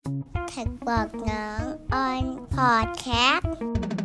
แท็กบอกน้องออนพอดแคสต์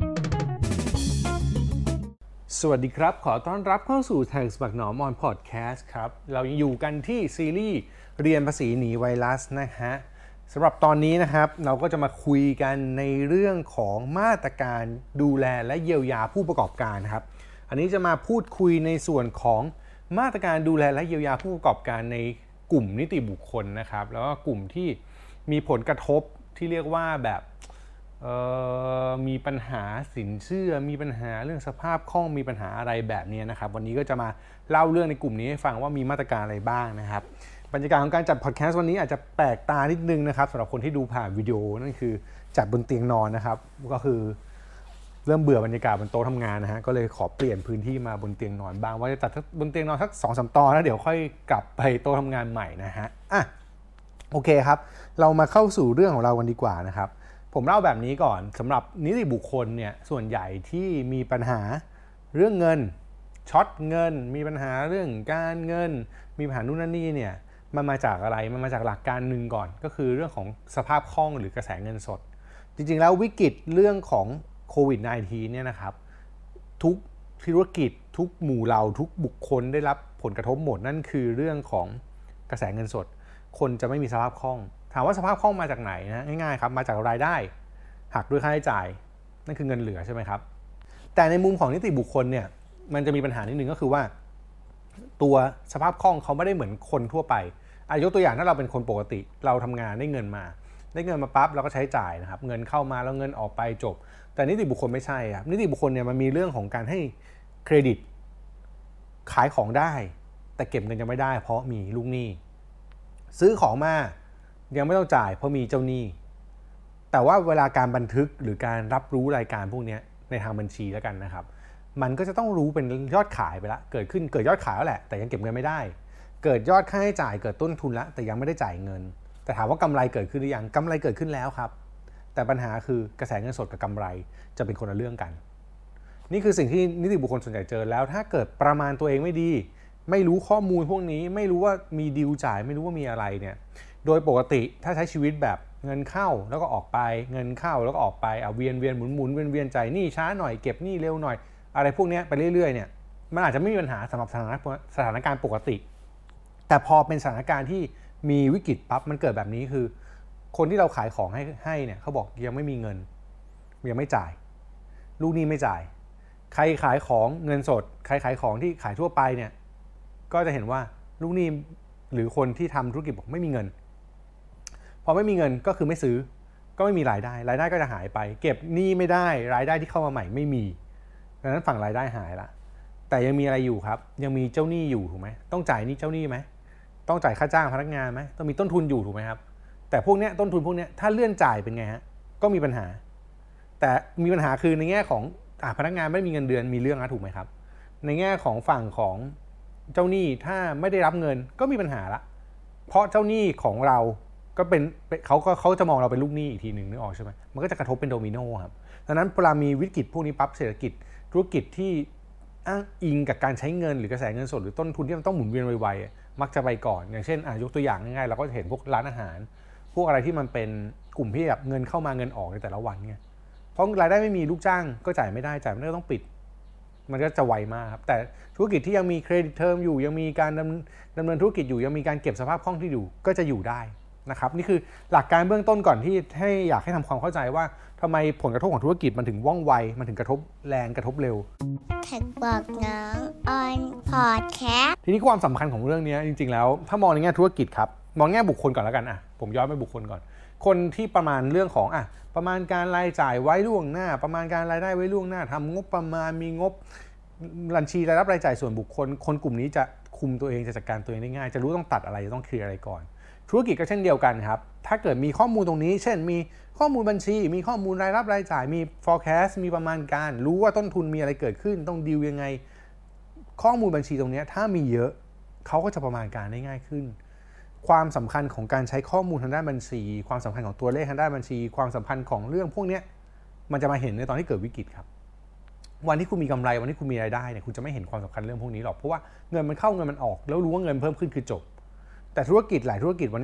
สวัสดีครับขอต้อนรับเข้าสู่แท็กบอกน้องออนพอดแคสต์ครับเรายังอยู่กันที่ซีรีส์เรียนภาษีหนีไวรัสนะฮะสำหรับตอนนี้นะครับเราก็จะมาคุยกันในเรื่องของมาตรการดูแลและเยียวยาผู้ประกอบการครับอันนี้จะมาพูดคุยในส่วนของมาตรการดูแลและเยียวยาผู้ประกอบการในกลุ่มนิติบุคคลนะครับแล้วก็กลุ่มที่มีผลกระทบที่เรียกว่าแบบมีปัญหาสินเชื่อมีปัญหาเรื่องสภาพคล่องมีปัญหาอะไรแบบนี้นะครับวันนี้ก็จะมาเล่าเรื่องในกลุ่มนี้ให้ฟังว่ามีมาตรการอะไรบ้างนะครับบรรยากาศของการจัดพอดแคสต์วันนี้อาจจะแปลกตานิดนึงนะครับสำหรับคนที่ดูผ่านวิดีโอนั่นคือจัดบนเตียงนอนนะครับก็คือเริ่มเบื่อบรรยากาศบนโต๊ะทำงานนะฮะก็เลยขอเปลี่ยนพื้นที่มาบนเตียงนอนบ้างว่าจะจัดบนเตียงนอนสัก 2-3 ตอนแล้วเดี๋ยวค่อยกลับไปโต๊ะทำงานใหม่นะฮะโอเคครับเรามาเข้าสู่เรื่องของเรากันดีกว่านะครับผมเล่าแบบนี้ก่อนสำหรับนิติบุคคลเนี่ยส่วนใหญ่ที่มีปัญหาเรื่องเงินช็อตเงินมีปัญหาเรื่องการเงินมีปัญหานู่นนั่นนี่เนี่ยมันมาจากอะไรมันมาจากหลักการหนึ่งก่อนก็คือเรื่องของสภาพคล่องหรือกระแสเงินสดจริงๆแล้ววิกฤตเรื่องของโควิด -19 เนี่ยนะครับทุกธุรกิจทุกหมู่เหล่าทุกบุคคลได้รับผลกระทบหมดนั่นคือเรื่องของกระแสเงินสดคนจะไม่มีสภาพคล่องถามว่าสภาพคล่องมาจากไหนนะง่ายๆครับมาจากรายได้หักด้วยค่าใช้จ่ายนั่นคือเงินเหลือใช่ไหมครับแต่ในมุมของนิติบุคคลเนี่ยมันจะมีปัญหานิดนึงก็คือว่าตัวสภาพคล่องเขาไม่ได้เหมือนคนทั่วไปยกตัวอย่างถ้าเราเป็นคนปกติเราทำงานได้เงินมาปั๊บเราก็ใช้จ่ายนะครับเงินเข้ามาแล้วเงินออกไปจบแต่นิติบุคคลไม่ใช่ครับนิติบุคคลเนี่ยมันมีเรื่องของการให้เครดิตขายของได้แต่เก็บเงินยังไม่ได้เพราะมีลูกหนี้ซื้อของมายังไม่ต้องจ่ายเพราะมีเจ้าหนี้แต่ว่าเวลาการบันทึกหรือการรับรู้รายการพวกนี้ในทางบัญชีแล้วกันนะครับมันก็จะต้องรู้เป็นยอดขายไปละเกิดยอดขายแล้วแหละแต่ยังเก็บเงินไม่ได้เกิดยอดค่าใช้จ่ายเกิดต้นทุนแล้วแต่ยังไม่ได้จ่ายเงินแต่ถามว่ากำไรเกิดขึ้นหรือยังกำไรเกิดขึ้นแล้วครับแต่ปัญหาคือกระแสเงินสดกับกำไรจะเป็นคนละเรื่องกันนี่คือสิ่งที่นิติบุคคลส่วนใหญ่เจอแล้วถ้าเกิดประมาณตัวเองไม่ดีไม่รู้ข้อมูลพวกนี้ไม่รู้ว่ามีดีลจ่ายไม่รู้ว่ามีอะไรเนี่ยโดยปกติถ้าใช้ชีวิตแบบเงินเข้าแล้วก็ออกไปเงินเข้าแล้วก็ออกไปเวียนหมุนเวียนจ่ายหนี้ช้าหน่อยเก็บหนี้เร็วหน่อยอะไรพวกนี้ไปเรื่อยๆเนี่ยมันอาจจะไม่มีปัญหาสำหรับสถานการณ์ปกติแต่พอเป็นสถานการณ์ที่มีวิกฤตปั๊บมันเกิดแบบนี้คือคนที่เราขายของให้เนี่ยเขาบอกยังไม่มีเงินยังไม่จ่ายลูกหนี้ไม่จ่ายใครขายของเงินสดใครขายของที่ขายทั่วไปเนี่ยก็จะเห็นว่าลูกหนี้หรือคนที่ทำธุรกิจบอกไม่มีเงินพอไม่มีเงินก็คือไม่ซื้อก็ไม่มีรายได้ก็จะหายไปเก็บหนี้ไม่ได้รายได้ที่เข้ามาใหม่ไม่มีดังนั้นฝั่งรายได้หายละแต่ยังมีอะไรอยู่ครับยังมีเจ้าหนี้อยู่ถูกไหมต้องจ่ายหนี้เจ้าหนี้ไหมต้องจ่ายค่าจ้างพนักงานไหมต้องมีต้นทุนอยู่ถูกไหมครับแต่พวกนี้ต้นทุนพวกนี้ถ้าเลื่อนจ่ายเป็นไงฮะก็มีปัญหาแต่มีปัญหาคือในแง่ของพนักงานไม่มีเงินเดือนมีเรื่องนะถูกไหมครับในแง่ของฝั่งของเจ้าหนี้ถ้าไม่ได้รับเงินก็มีปัญหาละเพราะเจ้าหนี้ของเราก็เป็นเขาจะมองเราเป็นลูกหนี้อีกทีหนึ่งนึกออกใช่ไหมมันก็จะกระทบเป็นโดมิโนครับดังนั้นเวลามีวิกฤตพวกนี้ปั๊บเศรษฐกิจธุรกิจที่อ้างอิงกับการใช้เงินหรือกระแสเงินสดหรือต้นทุนที่มันต้องหมุนเวียนไวๆมักจะไปก่อนอย่างเช่นยกตัวอย่างง่ายๆเราก็จะเห็นพวกร้านอาหารพวกอะไรที่มันเป็นกลุ่มที่แบบเงินเข้ามาเงินออกในแต่ละวันเนี่ยเพราะรายได้ไม่มีลูกจ้างก็จ่ายไม่ได้ก็ต้องปิดมันก็จะไวมากครับแต่ธุรกิจที่ยังมีเครดิตเทอมอยู่ยังมีการดำเนินธุรกิจอยู่ยังมีการเก็บสภาพคล่องที่อยู่ก็จะอยู่ได้นะครับนี่คือหลักการเบื้องต้นก่อนที่ให้อยากให้ทำความเข้าใจว่าทำไมผลกระทบของธุรกิจมันถึงว่องไวมันถึงกระทบแรงกระทบเร็วแท็กบอกน้องออนพอดแคสต์ทีนี้ความสำคัญของเรื่องนี้จริงๆแล้วถ้ามองในแง่ธุรกิจครับมองแง่บุคคลก่อนแล้วกันผมย้อนไปบุคคลก่อนคนที่ประมาณเรื่องของประมาณการรายจ่ายไว้ล่วงหน้าประมาณการรายได้ไว้ล่วงหน้าทำงบประมาณมีงบบัญชีรายรับรายจ่ายส่วนบุคคลคนกลุ่มนี้จะคุมตัวเองจะจัดการตัวเองได้ง่ายจะรู้ต้องตัดอะไรต้องเคลียร์อะไรก่อนธุรกิจก็เช่นเดียวกันครับถ้าเกิดมีข้อมูลตรงนี้เช่นมีข้อมูลบัญชีมีข้อมูลรายรับรายจ่ายมี forecast มีประมาณการรู้ว่าต้นทุนมีอะไรเกิดขึ้นต้องดีลยังไงข้อมูลบัญชีตรงนี้ถ้ามีเยอะเขาก็จะประมาณการได้ง่ายขึ้นความสำคัญของการใช้ข้อมูลทางด้านบัญชีความสำคัญของตัวเลขทางด้านบัญชีความสัมพันธ์ของเรื่องพวกนี้มันจะมาเห็นในตอนที่เกิดวิกฤตครับวันที่คุณมีกำไรวันที่คุณมีรายได้เนี่ยคุณจะไม่เห็นความสำคัญเรื่องพวกนี้หรอกเพราะว่าเงินมันเข้าเงินมันออกแล้วรู้ว่าเงินเพิ่มขึ้นคือจบแต่ธุรกิจหลายธุรกิจวันนี้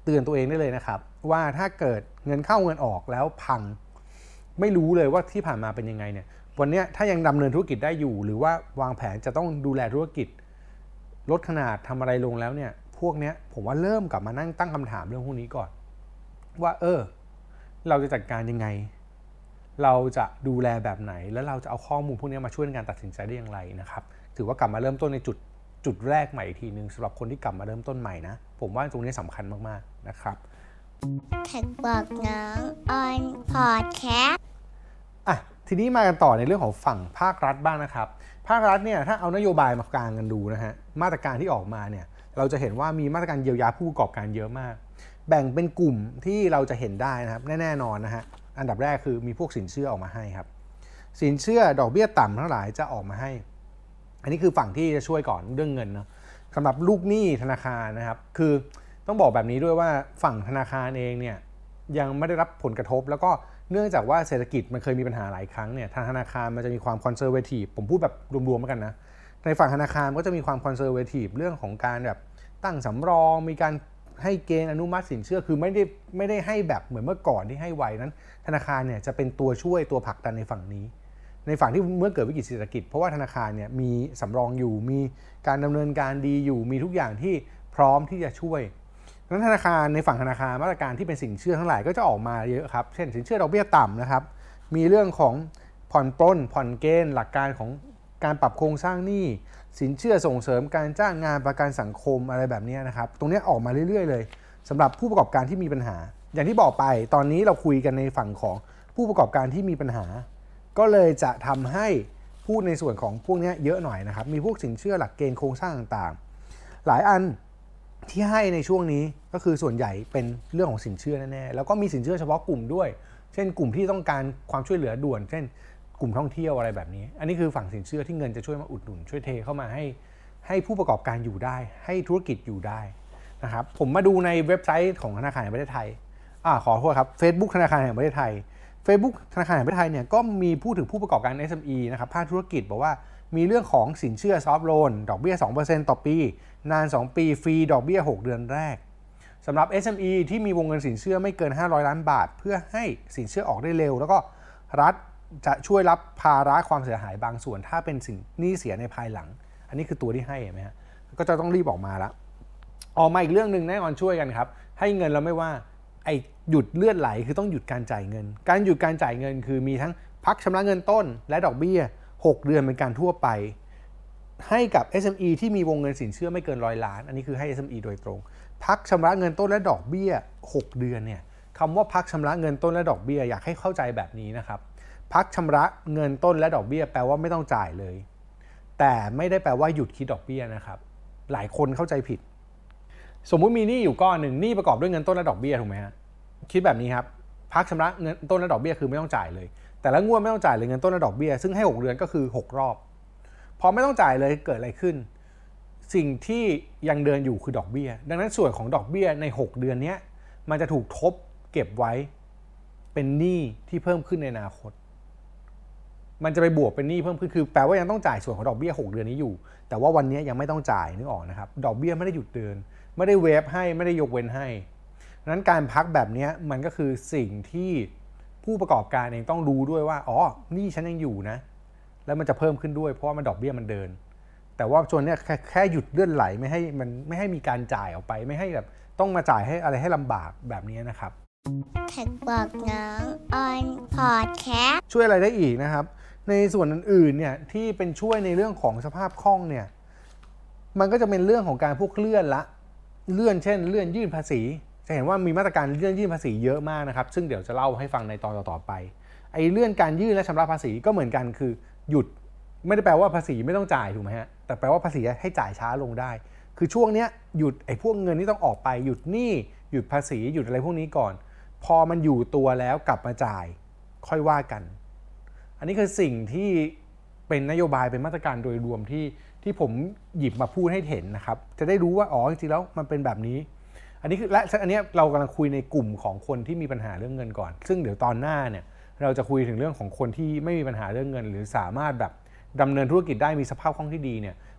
เตือนตัวเองได้เลยนะครับว่าถ้าเกิดเงินเข้าเงินออกแล้วพังไม่รู้เลยว่าที่ผ่านมาเป็นยังไงเนี่ยวันนี้ถ้ายังดำเนินธุรกิจได้อยู่หรือว่าวางแผนจะต้องดูแลธุรกิจลดขนาดทำอะไรลงแล้วเนี่ยพวกนี้ผมว่าเริ่มกลับมานั่งตั้งคำถามเรื่องพวกนี้ก่อนว่าเราจะจัดการยังไงเราจะดูแลแบบไหนแล้วเราจะเอาข้อมูลพวกนี้มาช่วยในการตัดสินใจได้อย่างไรนะครับถือว่ากลับมาเริ่มต้นในจุดแรกใหม่อีกทีนึงสำหรับคนที่กลับมาเริ่มต้นใหม่นะผมว่าตรงนี้สำคัญมากๆนะครับแท็กบอกน้องออนพอดแคสต์ทีนี้มากันต่อในเรื่องของฝั่งภาครัฐบ้างนะครับภาครัฐเนี่ยถ้าเอานโยบายมากางกันดูนะฮะมาตรการที่ออกมาเนี่ยเราจะเห็นว่ามีมาตรการเยียวยาผู้ประกอบการเยอะมากแบ่งเป็นกลุ่มที่เราจะเห็นได้นะครับแน่นอนนะฮะอันดับแรกคือมีพวกสินเชื่อออกมาให้ครับสินเชื่อดอกเบี้ยต่ำทั้งหลายจะออกมาให้อันนี้คือฝั่งที่จะช่วยก่อนเรื่องเงินเนาะสำหรับลูกหนี้ธนาคารนะครับคือต้องบอกแบบนี้ด้วยว่าฝั่งธนาคารเองเนี่ยยังไม่ได้รับผลกระทบแล้วก็เนื่องจากว่าเศรษฐกิจมันเคยมีปัญหาหลายครั้งเนี่ยทางธนาคารมันจะมีความคอนเซอร์เวทีฟผมพูดแบบรวมๆกันนะในฝั่งธนาคารก็จะมีความคอนเซอร์เวทีฟเรื่องของการแบบตั้งสำรองมีการให้เกณฑ์อนุมัติสินเชื่อคือไม่ได้ให้แบบเหมือนเมื่อก่อนที่ให้ไวนั้นธนาคารเนี่ยจะเป็นตัวช่วยตัวผลักดันในฝั่งนี้ในฝั่งที่เมื่อเกิดวิกฤตเศรษฐกิจเพราะว่าธนาคารเนี่ยมีสำรองอยู่มีการดำเนินการดีอยู่มีทุกอย่างที่พร้อมที่จะช่วยนั้นธนาคารในฝั่งธนาคารมาตรการที่เป็นสินเชื่อทั้งหลายก็จะออกมาเยอะครับเช่นสินเชื่อดอกเบี้ยต่ำนะครับมีเรื่องของผ่อนปลนผ่อนเกณฑ์หลักการของการปรับโครงสร้างหนี้สินเชื่อส่งเสริมการจ้างงานประกันสังคมอะไรแบบนี้นะครับตรงนี้ออกมาเรื่อยๆเลยสำหรับผู้ประกอบการที่มีปัญหาอย่างที่บอกไปตอนนี้เราคุยกันในฝั่งของผู้ประกอบการที่มีปัญหาก็เลยจะทำให้พูดในส่วนของพวกนี้เยอะหน่อยนะครับมีพวกสินเชื่อหลักเกณฑ์โครงสร้างต่างๆหลายอันที่ให้ในช่วงนี้ก็คือส่วนใหญ่เป็นเรื่องของสินเชื่อแน่ๆแล้วก็มีสินเชื่อเฉพาะกลุ่มด้วยเช่นกลุ่มที่ต้องการความช่วยเหลือด่วนเช่นกลุ่มท่องเที่ยวอะไรแบบนี้อันนี้คือฝั่งสินเชื่อที่เงินจะช่วยมาอุดหนุนช่วยเทเข้ามาให้ผู้ประกอบการอยู่ได้ให้ธุรกิจอยู่ได้นะครับผมมาดูในเว็บไซต์ของธนาคารแห่งประเทศไทยขอโทษครับ Facebook ธนาคารแห่งประเทศไทย Facebook ธนาคารแห่งประเทศไทยเนี่ยก็มีพูดถึงผู้ประกอบการ SME นะครับภาคธุรกิจบอกว่ามีเรื่องของสินเชื่อซอฟท์โลนดอกเบี้ย 2% ต่อปีนาน2ปีฟรีดอกเบี้ย6เดือนแรกสำหรับ SME ที่มีวงเงินสินเชื่อไม่เกิน500ล้านบาทเพื่อให้สินเชื่อออกได้เร็วแล้วก็รัฐจะช่วยรับภาระความเสียหายบางส่วนถ้าเป็นสิ่งหนี้เสียในภายหลังอันนี้คือตัวที่ให้เห็นไหมฮะก็จะต้องรีบออกมาแล้วออกมาอีกเรื่องนึงแน่นอนช่วยกันครับให้เงินเราไม่ว่าหยุดเลือดไหลคือต้องหยุดการจ่ายเงินการหยุดการจ่ายเงินคือมีทั้งพักชำระเงินต้นและดอกเบี้ย6เดือนเป็นการทั่วไปให้กับ SME ที่มีวงเงินสินเชื่อไม่เกิน100ล้านอันนี้คือให้ SME โดยตรงพักชำระเงินต้นและดอกเบี้ย6เดือนเนี่ยคำว่าพักชำระเงินต้นและดอกเบี้ยอยากให้เข้าใจแบบนี้นะครับพักชำระเงินต้นและดอกเบี้ยแปลว่าไม่ต้องจ่ายเลยแต่ไม่ได้แปลว่าหยุดคิดดอกเบี้ยนะครับหลายคนเข้าใจผิดสมมุติมีหนี้อยู่ก้อนหนึ่งหนี้ประกอบด้วยเงินต้นและดอกเบี้ยถูกไหมฮะคิดแบบนี้ครับพักชำระเงินต้นและดอกเบี้ยคือไม่ต้องจ่ายเลยแต่ละงวดไม่ต้องจ่ายเลยเงินต้นและดอกเบี้ยซึ่งให้6เดือนก็คือ6รอบพอไม่ต้องจ่ายเลยเกิดอะไรขึ้นสิ่งที่ยังเดินอยู่คือดอกเบี้ยดังนั้นส่วนของดอกเบี้ยใน6เดือนนี้มันจะถูกทบเก็บไว้เป็นหนี้ที่เพิ่มขึ้นในอนาคตมันจะไปบวกเป็นหนี้เพิ่มขึ้นคือแปลว่ายังต้องจ่ายส่วนของดอกเบี้ย6เดือนนี้อยู่แต่ว่าวันนี้ยังไม่ต้องจ่ายนึกออกนะครับดอกเบี้ยไม่ได้หยุดเดินไม่ได้เวฟให้ไม่ได้ยกเว้นให้นั้นการพักแบบนี้มันก็คือสิ่งที่ผู้ประกอบการเองต้องรู้ด้วยว่าหนี้ฉันยังอยู่นะแล้วมันจะเพิ่มขึ้นด้วยเพราะว่ามันดอกเบี้ยมันเดินแต่ว่าส่วนนี้แค่หยุดเลื่อนไหลไม่ให้มีการจ่ายออกไปไม่ให้แบบต้องมาจ่ายให้อะไรให้ลำบากแบบนี้นะครับแท็กบอกน้องออนพอดแคสต์ช่วยอะไรได้อีกนะครับในส่วนอื่นๆเนี่ยที่เป็นช่วยในเรื่องของสภาพคล่องเนี่ยมันก็จะเป็นเรื่องของการพวกเลื่อนเช่นเลื่อนยื่นภาษีจะเห็นว่ามีมาตรการเลื่อนยื่นภาษีเยอะมากนะครับซึ่งเดี๋ยวจะเล่าให้ฟังในตอนต่อไปเลื่อนการยื่นและชำระภาษีก็เหมือนกันคือหยุดไม่ได้แปลว่าภาษีไม่ต้องจ่ายถูกไหมฮะแต่แปลว่าภาษีให้จ่ายช้าลงได้คือช่วงเนี้ยหยุดพวกเงินที่ต้องออกไปหยุดหนี้หยุดภาษีหยุดอะไรพวกนี้ก่อนพอมันอยู่ตัวแล้วกลับมาจ่ายค่อยว่ากันอันนี้คือสิ่งที่เป็นนโยบายเป็นมาตรการโดยรวมที่ผมหยิบมาพูดให้เห็นนะครับจะได้รู้ว่าจริงๆแล้วมันเป็นแบบนี้อันนี้คือและอันนี้เรากำลังคุยในกลุ่มของคนที่มีปัญหาเรื่องเงินก่อนซึ่งเดี๋ยวตอนหน้าเนี่ยเราจะคุยถึงเรื่องของคนที่ไม่มีปัญหาเรื่องเงินหรือสามารถแบบดำเนินธุรกิจได้มีสภาพคล่องที่ดีเนี่ย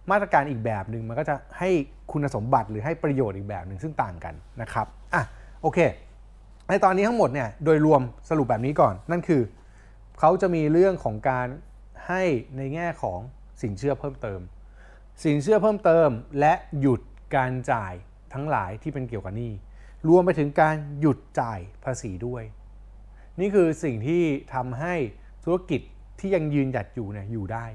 มาตรการอีกแบบนึงมันก็จะให้คุณสมบัติหรือให้ประโยชน์อีกแบบนึงซึ่งต่างกันนะครับโอเคในตอนนี้ทั้งหมดเนี่ยโดยรวมสรุปแบบนี้ก่อนนั่นคือเขาจะมีเรื่องของการให้ในแง่ของสินเชื่อเพิ่มเติมและหยุดการจ่ายทั้งหลายที่เป็นเกี่ยวกับหนี้รวมไปถึงการหยุดจ่ายภาษีด้วยนี่คือสิ่งที่ทำให้ธุรกิจที่ยังยืนหยัดอยู่เนี่ยอยู่ได้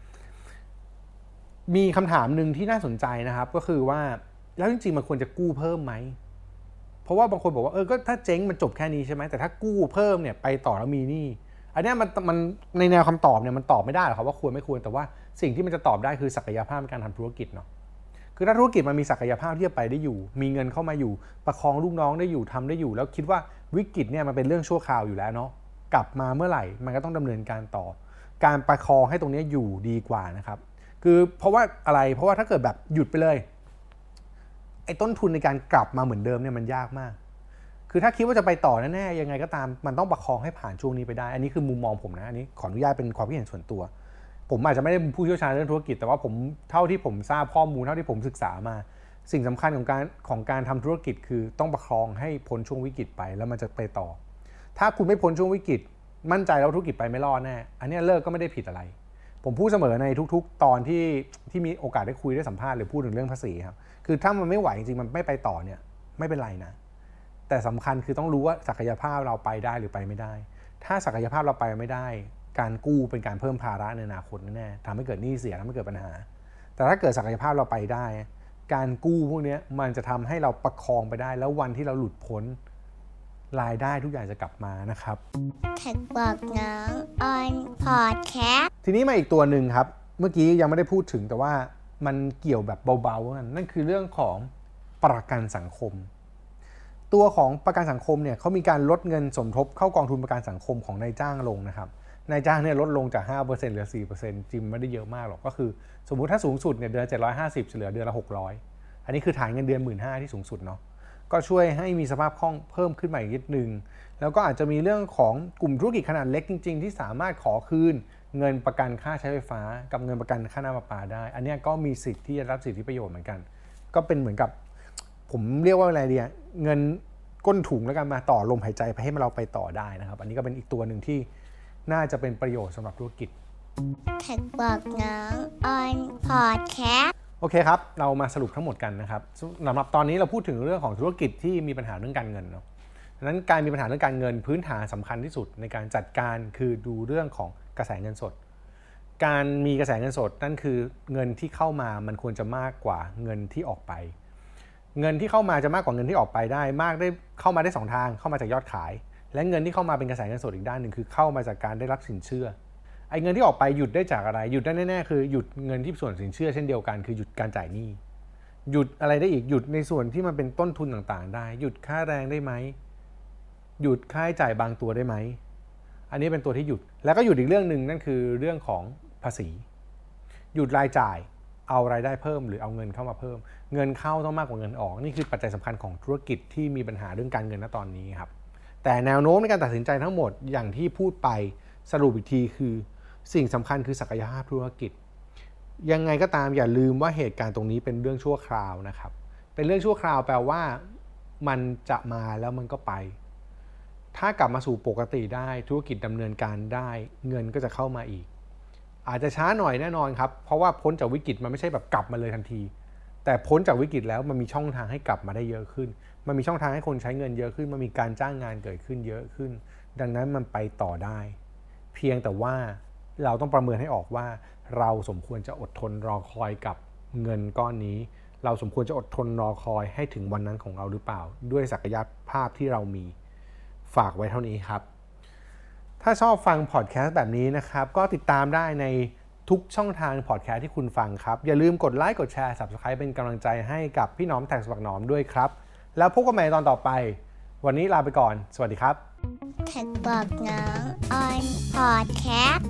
มีคำถามหนึ่งที่น่าสนใจนะครับก็คือว่าแล้วจริงๆมันควรจะกู้เพิ่มไหมเพราะว่าบางคนบอกว่าก็ถ้าเจ๊งมันจบแค่นี้ใช่ไหมแต่ถ้ากู้เพิ่มเนี่ยไปต่อแล้วมีหนี้อันนี้มันในแนวคำตอบเนี่ยมันตอบไม่ได้หรอกครับว่าควรไม่ควรแต่ว่าสิ่งที่มันจะตอบได้คือศักยภาพในการทำธุรกิจเนาะคือถ้าธุรกิจมันมีศักยภาพที่จะไปได้อยู่มีเงินเข้ามาอยู่ประคองลูกน้องได้อยู่ทำได้อยู่แล้วคิดว่าวิกฤตเนี่ยมันเป็นเรื่องชั่วคราวอยู่แล้วเนาะกลับมาเมื่อไหร่มันก็ต้องดำเนินการต่อการประคองให้ตรงนี้อยู่ดีกว่านะครับคือเพราะว่าอะไรเพราะว่าถ้าเกิดแบบหยุดไปเลยไอ้ต้นทุนในการกลับมาเหมือนเดิมเนี่ยมันยากมากคือถ้าคิดว่าจะไปต่อแน่ๆยังไงก็ตามมันต้องประคองให้ผ่านช่วงนี้ไปได้อันนี้คือมุมมองผมนะอันนี้ขออนุญาตเป็นความคิดเห็นส่วนตัวผมอาจจะไม่ได้เป็นผู้เชี่ยวชาญเรื่องธุรกิจแต่ว่าผมเท่าที่ผมทราบข้อมูลเท่าที่ผมศึกษามาสิ่งสำคัญของการทำธุรกิจคือต้องประคองให้พ้นช่วงวิกฤตไปแล้วมันจะไปต่อถ้าคุณไม่พ้นช่วงวิกฤตมั่นใจแล้วธุรกิจไปไม่รอดแน่อันนี้เลิกก็ไม่ได้ผิดอะไรผมพูดเสมอในทุกๆตอนที่มีโอกาสได้คุยได้สัมภาษณ์หรือพูดถึงเรื่องภาษีครับคือถ้ามันไม่ไหวจริงๆมันไม่ไปต่อเนี่ยไม่เป็นไรนะแต่สำคัญคือต้องรู้ว่าศักยภาพเราไปได้หรือไปไม่ได้ถ้าศักยภาพเราไปไม่ได้การกู้เป็นการเพิ่มภาระในอนาคตแน่ๆทำให้เกิดหนี้เสียทำให้เกิดปัญหาแต่ถ้าเกิดศักยภาพเราไปได้การกู้พวกนี้มันจะทำให้เราประคองไปได้แล้ววันที่เราหลุดพ้นรายได้ทุกอย่างจะกลับมานะครับแท็กบอกน้องออนพอดแคสต์ทีนี้มาอีกตัวหนึ่งครับเมื่อกี้ยังไม่ได้พูดถึงแต่ว่ามันเกี่ยวแบบเบาๆนั่นคือเรื่องของประกันสังคมตัวของประกันสังคมเนี่ยเขามีการลดเงินสมทบเข้ากองทุนประกันสังคมของนายจ้างลงนะครับนายจ้างเนี่ยลดลงจาก 5% เหลือ 4% จริงไม่ได้เยอะมากหรอกก็คือสมมุติถ้าสูงสุดเนี่ยเดือน750เหลือเดือนละ600อันนี้คือฐานเงินเดือน 15,000 ที่สูงสุดเนาะก็ช่วยให้มีสภาพคล่องเพิ่มขึ้นมาอีกนิดนึงแล้วก็อาจจะมีเรื่องของกลุ่มธุรกิจขนาดเล็กจริงๆที่สามารถขอคืนเงินประกันค่าใช้ไฟฟ้ากับเงินประกันค่าน้ำประปาได้อันนี้ก็มีสิทธิ์ที่จะรับสิทธิประโยชน์เหมือนกันก็เป็นเหมือนกับผมเรียกว่าอะไรดีเงินก้นถุงแล้วกันมาต่อลมหายใจไปให้เราไปต่อได้นะครับอันนี้ก็เป็นอีกตัวหนึ่งที่น่าจะเป็นประโยชน์สำหรับธุรกิจแท็กบอกน้องออนพอดแคสต์โอเคครับเรามาสรุปทั้งหมดกันนะครับสำหรับตอนนี้เราพูดถึงเรื่องของธุรกิจที่มีปัญหาเรื่องการเงินเนาะดังนั้นการมีปัญหาเรื่องการเงินพื้นฐานสำคัญที่สุดในการจัดการคือดูเรื่องของกระแสเงินสดการมีกระแสเงินสดนั่นคือเงินที่เข้ามามันควรจะมากกว่าเงินที่ออกไปเงินที่เข้ามาจะมากกว่าเงินที่ออกไปได้เข้ามาได้2ทางเข้ามาจากยอดขายและเงินที่เข้ามาเป็นกระแสเงินสดอีกด้านหนึ่งคือเข้ามาจากการได้รับสินเชื่อไอ้เงินที่ออกไปหยุดได้จากอะไรหยุดได้แน่ๆคือหยุดเงินที่ส่วนสินเชื่อเช่นเดียวกันคือหยุดการจ่ายหนี้หยุดอะไรได้อีกหยุดในส่วนที่มันเป็นต้นทุนต่างๆได้หยุดค่าแรงได้ไหมหยุดค่าใช้จ่ายบางตัวได้ไหมอันนี้เป็นตัวที่หยุดแล้วก็หยุดอีกเรื่องนึงนั่นคือเรื่องของภาษีหยุดรายจ่ายเอารายได้เพิ่มหรือเอาเงินเข้ามาเพิ่มเงินเข้าต้องมากกว่าเงินออกนี่คือปัจจัยสำคัญของธุรกิจที่มีปัญหาเรื่องการเงินณตอนนี้ครับแต่แนวโน้มในการตัดสินใจทั้งหมดอย่างที่พูดไปสรุปอีกทีคือสิ่งสำคัญคือศักยภาพธุรกิจยังไงก็ตามอย่าลืมว่าเหตุการณ์ตรงนี้เป็นเรื่องชั่วคราวนะครับเป็นเรื่องชั่วคราวแปลว่ามันจะมาแล้วมันก็ไปถ้ากลับมาสู่ปกติได้ธุรกิจดำเนินการได้เงินก็จะเข้ามาอีกอาจจะช้าหน่อยแน่นอนครับเพราะว่าพ้นจากวิกฤตมันไม่ใช่แบบกลับมาเลยทันทีแต่พ้นจากวิกฤตแล้วมันมีช่องทางให้กลับมาได้เยอะขึ้นมันมีช่องทางให้คนใช้เงินเยอะขึ้นมันมีการจ้างงานเกิดขึ้นเยอะขึ้นดังนั้นมันไปต่อได้เพียงแต่ว่าเราต้องประเมินให้ออกว่าเราสมควรจะอดทนรอคอยกับเงินก้อนนี้เราสมควรจะอดทนรอคอยให้ถึงวันนั้นของเราหรือเปล่าด้วยศักยภาพที่เรามีฝากไว้เท่านี้ครับถ้าชอบฟังพอดแคสต์แบบนี้นะครับก็ติดตามได้ในทุกช่องทางพอดแคสต์ที่คุณฟังครับอย่าลืมกดไลค์กดแชร์ Subscribe เป็นกำลังใจให้กับพี่น้องแท็กบักหนอมด้วยครับแล้วพบกันใหม่ตอนต่อไปวันนี้ลาไปก่อนสวัสดีครับแท็กบอกน้องออนพอดแคสต์